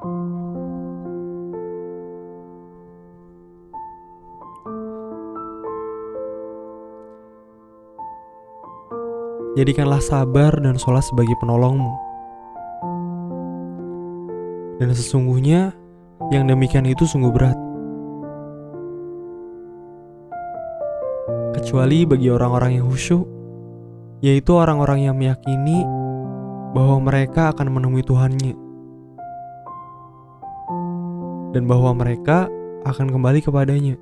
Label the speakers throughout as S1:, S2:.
S1: Jadikanlah sabar dan sholat sebagai penolongmu. Dan sesungguhnya yang demikian itu sungguh berat. Kecuali bagi orang-orang yang khusyuk, yaitu orang-orang yang meyakini bahwa mereka akan menemui Tuhannya dan bahwa mereka akan kembali kepadanya.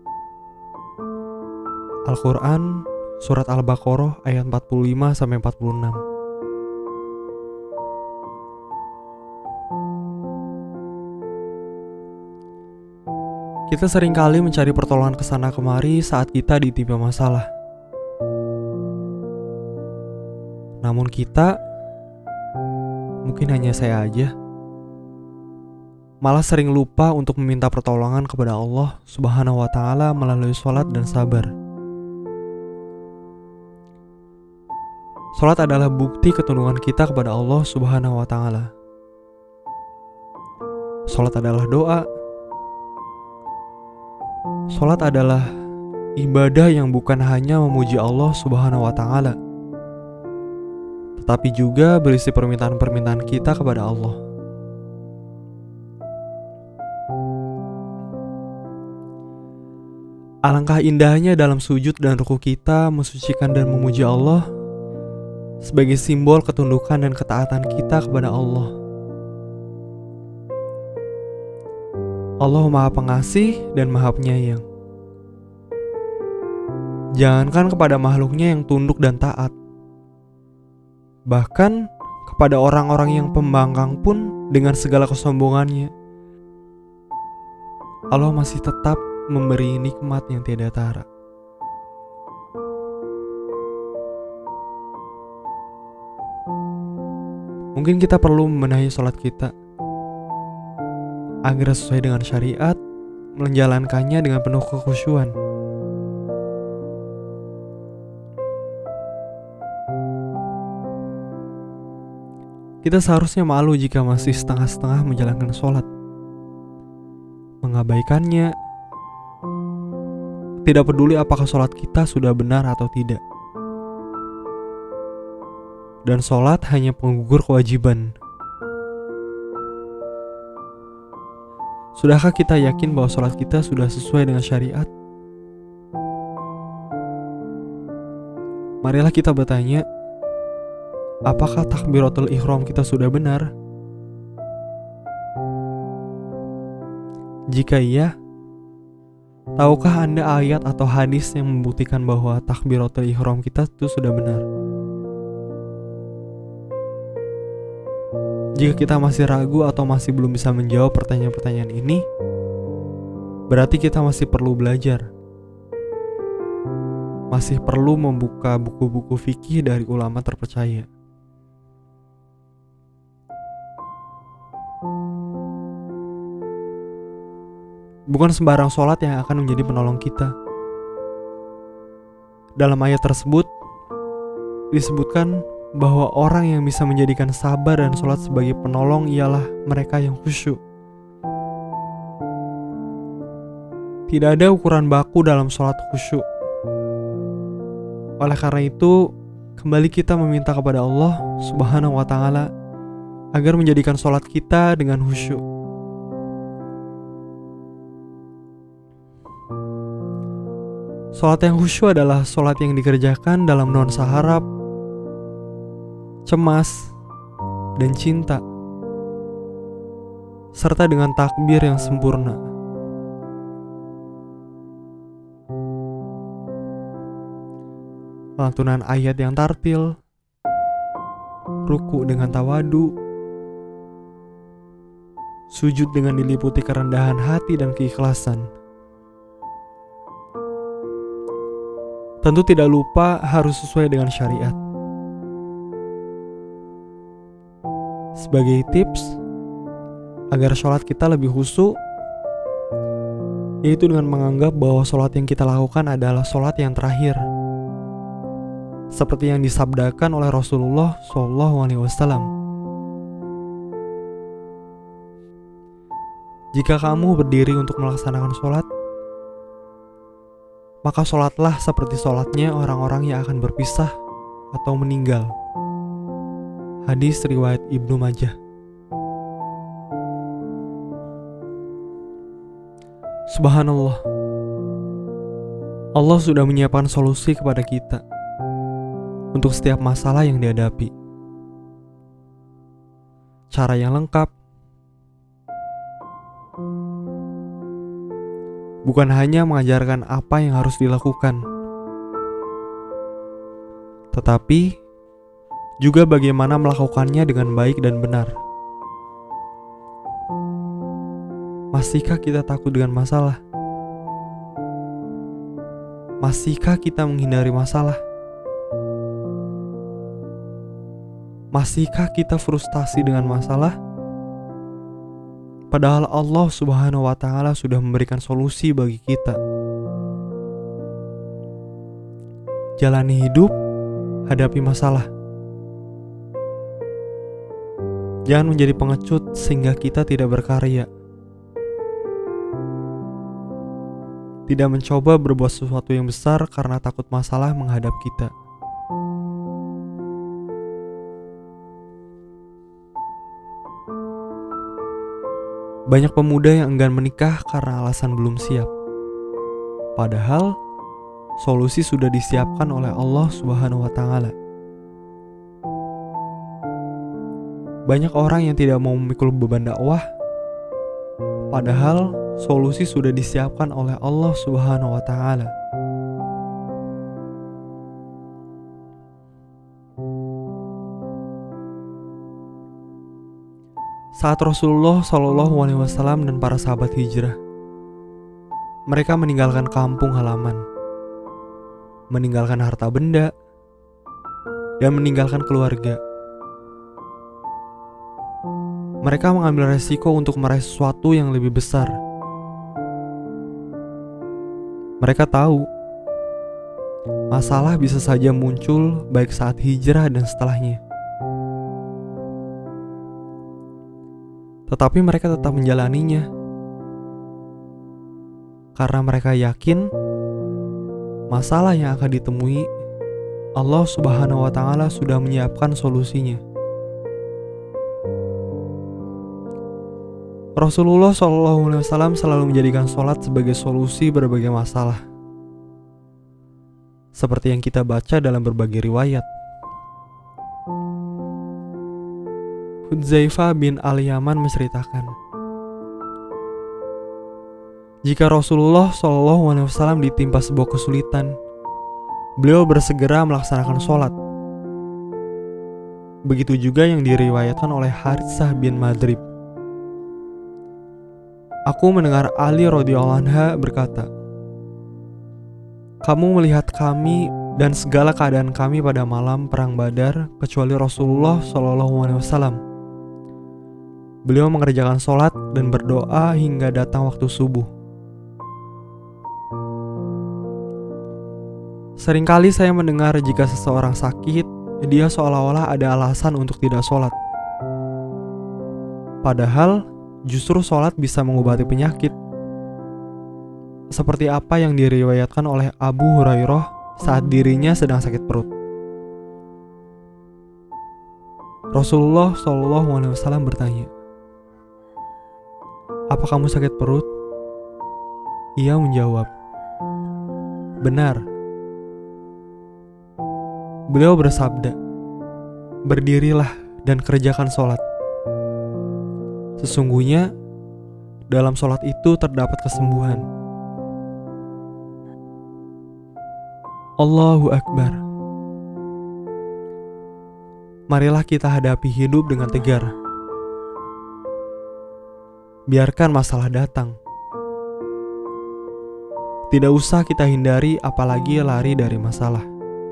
S1: Al-Quran Surat Al-Baqarah ayat 45-46. Kita seringkali mencari pertolongan kesana kemari saat kita ditimpa masalah. Namun kita, mungkin hanya saya aja, malah sering lupa untuk meminta pertolongan kepada Allah Subhanahu wa Ta'ala melalui sholat dan sabar. Sholat adalah bukti ketundungan kita kepada Allah Subhanahu wa Ta'ala. Sholat adalah doa. Sholat adalah ibadah yang bukan hanya memuji Allah Subhanahu wa Ta'ala, tetapi juga berisi permintaan-permintaan kita kepada Allah. Alangkah indahnya dalam sujud dan ruku kita mensucikan dan memuji Allah sebagai simbol ketundukan dan ketaatan kita kepada Allah. Allah Maha Pengasih dan Maha Penyayang. Jangankan kepada makhluknya yang tunduk dan taat, bahkan kepada orang-orang yang pembangkang pun dengan segala kesombongannya, Allah masih tetap memberi nikmat yang tiada tara. Mungkin kita perlu membenahi sholat kita agar sesuai dengan syariat, menjalankannya dengan penuh kekhusyuan. Kita seharusnya malu jika masih setengah-setengah menjalankan sholat, mengabaikannya, tidak peduli apakah sholat kita sudah benar atau tidak. Dan sholat hanya penggugur kewajiban. Sudahkah kita yakin bahwa sholat kita sudah sesuai dengan syariat? Marilah kita bertanya, apakah takbiratul ihram kita sudah benar? Jika iya, tahukah Anda ayat atau hadis yang membuktikan bahwa takbiratul ihram kita itu sudah benar? Jika kita masih ragu atau masih belum bisa menjawab pertanyaan-pertanyaan ini, berarti kita masih perlu belajar. Masih perlu membuka buku-buku fikih dari ulama terpercaya. Bukan sembarang sholat yang akan menjadi penolong kita. Dalam ayat tersebut disebutkan bahwa orang yang bisa menjadikan sabar dan sholat sebagai penolong ialah mereka yang khusyuk. Tidak ada ukuran baku dalam sholat khusyuk. Oleh karena itu, kembali kita meminta kepada Allah Subhanahu wa Ta'ala agar menjadikan sholat kita dengan khusyuk. Sholat yang khusyuk adalah sholat yang dikerjakan dalam nuansa harap, cemas, dan cinta, serta dengan takbir yang sempurna. Lantunan ayat yang tartil, ruku dengan tawadu, sujud dengan diliputi kerendahan hati dan keikhlasan. Tentu tidak lupa harus sesuai dengan syariat. Sebagai tips agar sholat kita lebih khusyuk, yaitu dengan menganggap bahwa sholat yang kita lakukan adalah sholat yang terakhir, seperti yang disabdakan oleh Rasulullah SAW. Jika kamu berdiri untuk melaksanakan sholat, maka sholatlah seperti sholatnya orang-orang yang akan berpisah atau meninggal. Hadis riwayat Ibnu Majah. Subhanallah, Allah sudah menyiapkan solusi kepada kita untuk setiap masalah yang dihadapi. Cara yang lengkap, bukan hanya mengajarkan apa yang harus dilakukan, tetapi juga bagaimana melakukannya dengan baik dan benar. Masihkah kita takut dengan masalah? Masihkah kita menghindari masalah? Masihkah kita frustasi dengan masalah? Padahal Allah Subhanahu wa Ta'ala sudah memberikan solusi bagi kita. Jalani hidup, hadapi masalah. Jangan menjadi pengecut sehingga kita tidak berkarya. Tidak mencoba berbuat sesuatu yang besar karena takut masalah menghadap kita. Banyak pemuda yang enggan menikah karena alasan belum siap. Padahal solusi sudah disiapkan oleh Allah Subhanahu wa Ta'ala. Banyak orang yang tidak mau memikul beban dakwah, padahal solusi sudah disiapkan oleh Allah Subhanahu wa Ta'ala. Saat Rasulullah SAW dan para sahabat hijrah, mereka meninggalkan kampung halaman, meninggalkan harta benda, dan meninggalkan keluarga. Mereka mengambil resiko untuk meraih sesuatu yang lebih besar. Mereka tahu masalah bisa saja muncul baik saat hijrah dan setelahnya. Tetapi mereka tetap menjalaninya karena mereka yakin masalah yang akan ditemui Allah Subhanahu wa Ta'ala sudah menyiapkan solusinya. Rasulullah SAW selalu menjadikan sholat sebagai solusi berbagai masalah, seperti yang kita baca dalam berbagai riwayat. Hudzaifah bin Al-Yaman menceritakan, jika Rasulullah SAW ditimpa sebuah kesulitan, beliau bersegera melaksanakan sholat. Begitu juga yang diriwayatkan oleh Haritsah bin Madrib. Aku mendengar Ali radhiyallahu anha berkata, kamu melihat kami dan segala keadaan kami pada malam perang Badar kecuali Rasulullah SAW. Beliau mengerjakan sholat dan berdoa hingga datang waktu subuh. Seringkali saya mendengar jika seseorang sakit, dia seolah-olah ada alasan untuk tidak sholat. Padahal justru sholat bisa mengobati penyakit. Seperti apa yang diriwayatkan oleh Abu Hurairah saat dirinya sedang sakit perut. Rasulullah SAW bertanya, apa kamu sakit perut? Ia menjawab, benar. Beliau bersabda, berdirilah dan kerjakan sholat. Sesungguhnya dalam sholat itu terdapat kesembuhan. Allahu Akbar. Marilah kita hadapi hidup dengan tegar. Biarkan masalah datang. Tidak usah kita hindari, apalagi lari dari masalah.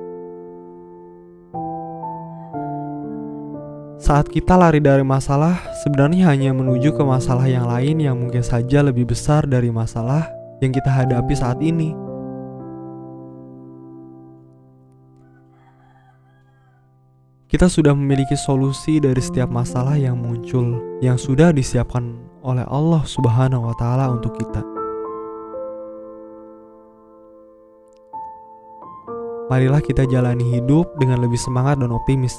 S1: Saat kita lari dari masalah, sebenarnya hanya menuju ke masalah yang lain yang mungkin saja lebih besar dari masalah yang kita hadapi saat ini. Kita sudah memiliki solusi dari setiap masalah yang muncul, yang sudah disiapkan oleh Allah Subhanahu wa Ta'ala untuk kita. Marilah kita jalani hidup dengan lebih semangat dan optimis.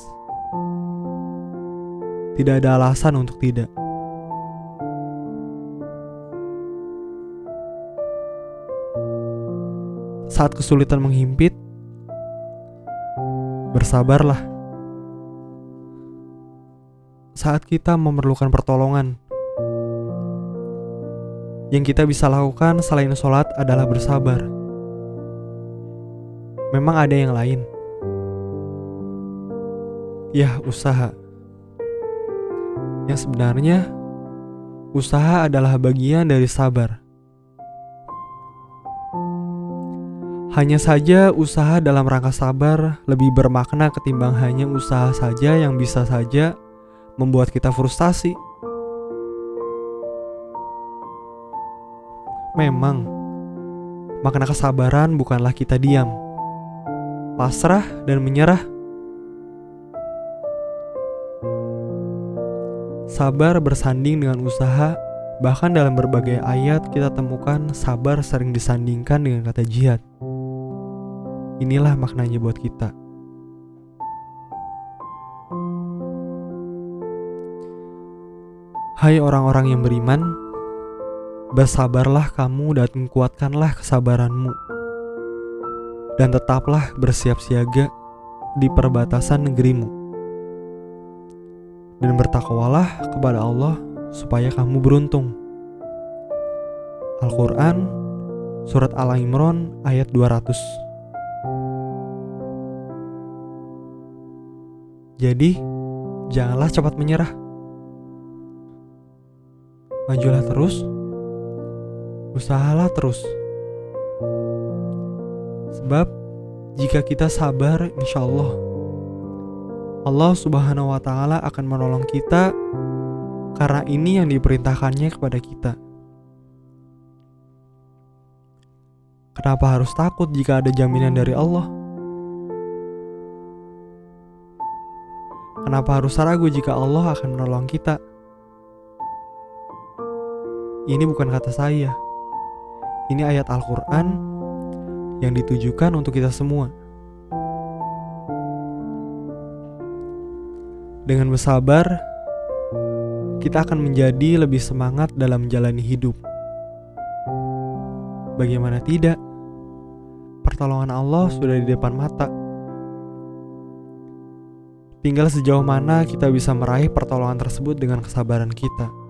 S1: Tidak ada alasan untuk tidak. Saat kesulitan menghimpit, bersabarlah. Saat kita memerlukan pertolongan, yang kita bisa lakukan selain sholat adalah bersabar. Memang ada yang lain. Ya, usaha. Yang sebenarnya, usaha adalah bagian dari sabar. Hanya saja usaha dalam rangka sabar lebih bermakna ketimbang hanya usaha saja yang bisa saja membuat kita frustasi. Memang, makna kesabaran bukanlah kita diam, pasrah dan menyerah. Sabar bersanding dengan usaha. Bahkan dalam berbagai ayat kita temukan sabar sering disandingkan dengan kata jihad. Inilah maknanya buat kita. Hai orang-orang yang beriman, bersabarlah kamu dan kuatkanlah kesabaranmu. Dan tetaplah bersiap siaga di perbatasan negerimu. Dan bertakwalah kepada Allah supaya kamu beruntung. Al-Quran, Surat Al-Imran ayat 200. Jadi, janganlah cepat menyerah. Majulah terus, usahalah terus. Sebab, jika kita sabar, insya Allah Subhanahu wa Ta'ala akan menolong kita, karena ini yang diperintahkannya kepada kita. Kenapa harus takut jika ada jaminan dari Allah? Kenapa harus ragu jika Allah akan menolong kita? Ini bukan kata saya. Ini ayat Al-Quran yang ditujukan untuk kita semua. Dengan bersabar, kita akan menjadi lebih semangat dalam menjalani hidup. Bagaimana tidak? Pertolongan Allah sudah di depan mata. Tinggal sejauh mana kita bisa meraih pertolongan tersebut dengan kesabaran kita.